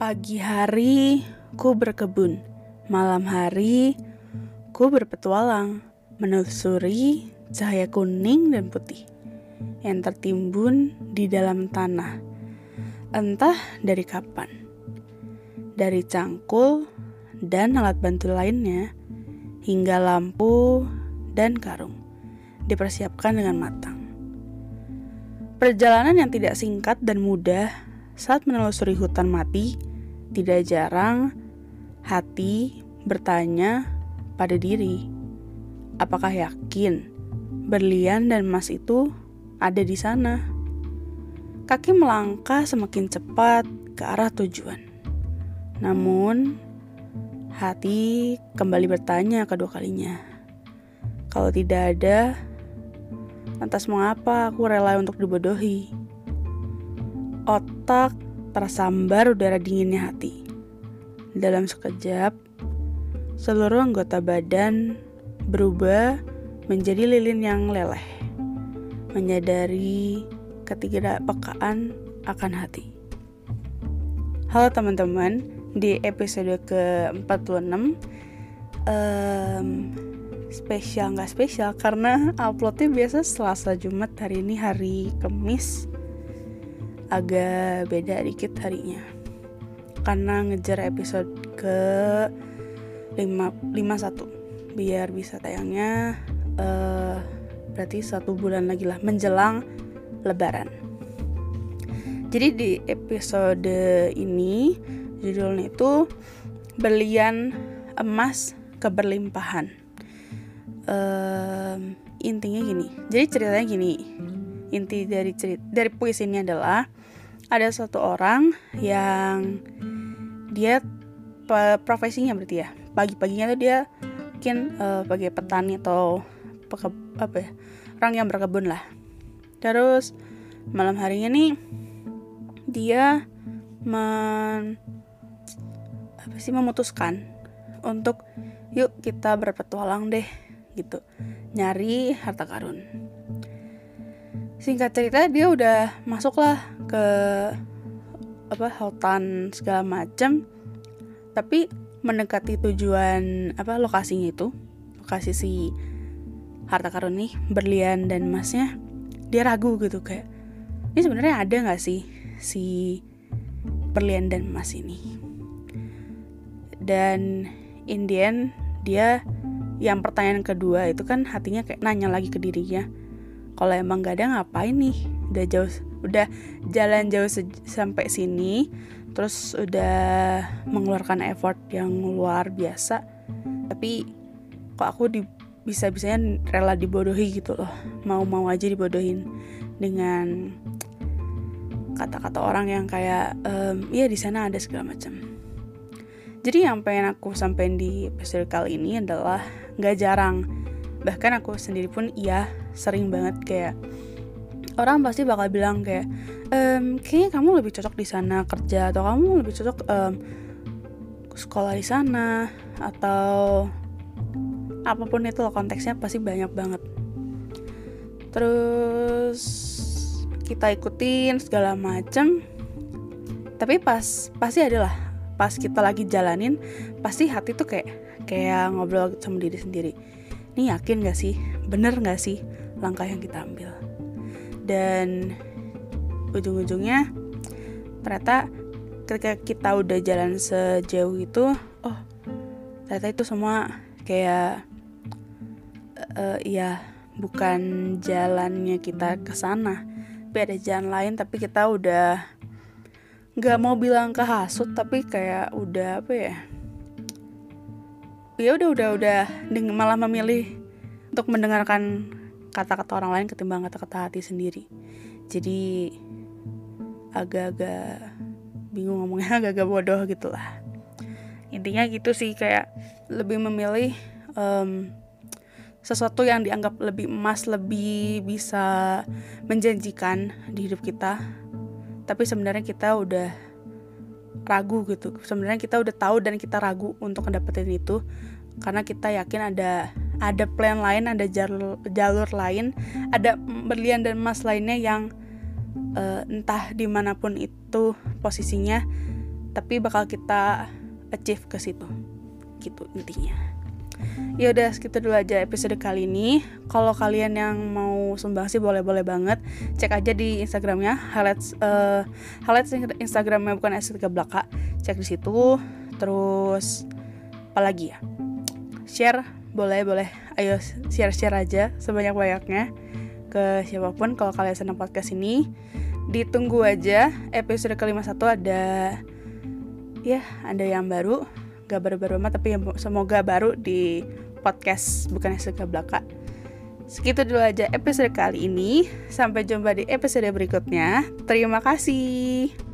Pagi hari ku berkebun, malam hari ku berpetualang, menelusuri cahaya kuning dan putih yang tertimbun di dalam tanah, entah dari kapan. Dari cangkul dan alat bantu lainnya, hingga lampu dan karung, dipersiapkan dengan matang. Perjalanan yang tidak singkat dan mudah saat menelusuri hutan mati. Tidak jarang hati bertanya pada diri, apakah yakin berlian dan emas itu ada di sana? Kaki melangkah semakin cepat ke arah tujuan. Namun, hati kembali bertanya kedua kalinya, kalau tidak ada, lantas mengapa aku rela untuk dibodohi? Otak tersambar udara dinginnya hati. Dalam sekejap, seluruh anggota badan berubah menjadi lilin yang leleh, menyadari ketidakpekaan akan hati. Halo teman-teman, di episode ke-46 spesial nggak spesial karena uploadnya biasa Selasa Jumat, hari ini hari Kamis. Agak beda dikit harinya karena ngejar episode ke 51 biar bisa tayangnya berarti 1 bulan lagi lah menjelang Lebaran. Jadi di episode ini judulnya itu berlian emas keberlimpahan. Intinya gini, jadi ceritanya gini, inti dari puisi ini adalah ada satu orang yang dia profesinya berarti ya pagi-paginya tuh dia mungkin sebagai petani atau orang yang berkebun lah. Terus malam harinya nih dia memutuskan untuk yuk kita berpetualang deh gitu, nyari harta karun. Singkat cerita dia udah masuklah ke hutan segala macam, tapi mendekati tujuan lokasinya itu, lokasi si harta karun nih, berlian dan emasnya, dia ragu gitu kayak ini sebenarnya ada nggak sih si berlian dan emas ini. Dan in the end dia yang pertanyaan kedua itu kan hatinya kayak nanya lagi ke dirinya, kalau emang gak ada ngapain nih, udah jalan jauh sampai sini, terus udah mengeluarkan effort yang luar biasa, tapi kok aku bisa-bisanya rela dibodohi gitu loh, mau aja dibodohin dengan kata-kata orang yang kayak iya di sana ada segala macam. Jadi yang pengen aku sampaikan di episode kali ini adalah gak jarang, bahkan aku sendiri pun sering banget kayak orang pasti bakal bilang kayak kayaknya kamu lebih cocok di sana kerja, atau kamu lebih cocok sekolah di sana, atau apapun itu loh konteksnya, pasti banyak banget. Terus kita ikutin segala macam, tapi pasti adalah pas kita lagi jalanin, pasti hati tuh kayak ngobrol sama diri sendiri. Ini yakin gak sih? Bener gak sih langkah yang kita ambil? Dan ujung-ujungnya ternyata ketika kita udah jalan sejauh itu, ternyata itu semua kayak bukan jalannya kita ke sana, tapi ada jalan lain. Tapi kita udah gak mau bilang kehasut, tapi kayak udah udah malah memilih untuk mendengarkan kata-kata orang lain ketimbang kata-kata hati sendiri. Jadi agak-agak bingung ngomongnya, agak-agak bodoh gitulah. Intinya gitu sih, kayak lebih memilih sesuatu yang dianggap lebih emas, lebih bisa menjanjikan di hidup kita, tapi sebenarnya kita udah ragu gitu. Sebenarnya kita udah tahu dan kita ragu untuk ngedapetin itu karena kita yakin ada plan lain, ada jalur lain, ada berlian dan emas lainnya yang entah dimanapun itu posisinya tapi bakal kita achieve ke situ. Gitu intinya. Ya udah segitu dulu aja episode kali ini. Kalau kalian yang mau sumbangsi boleh banget cek aja di Instagramnya, highlights Instagramnya bukan Estetika Belaka, cek di situ. Terus apalagi ya, share boleh, ayo share aja sebanyak-banyaknya ke siapapun kalau kalian senang podcast ini. Ditunggu aja episode ke-51 ada yang baru. Gak baru-baru amat, tapi semoga baru di podcast bukan Estetika Belaka. Segitu dulu aja episode kali ini. Sampai jumpa di episode berikutnya. Terima kasih.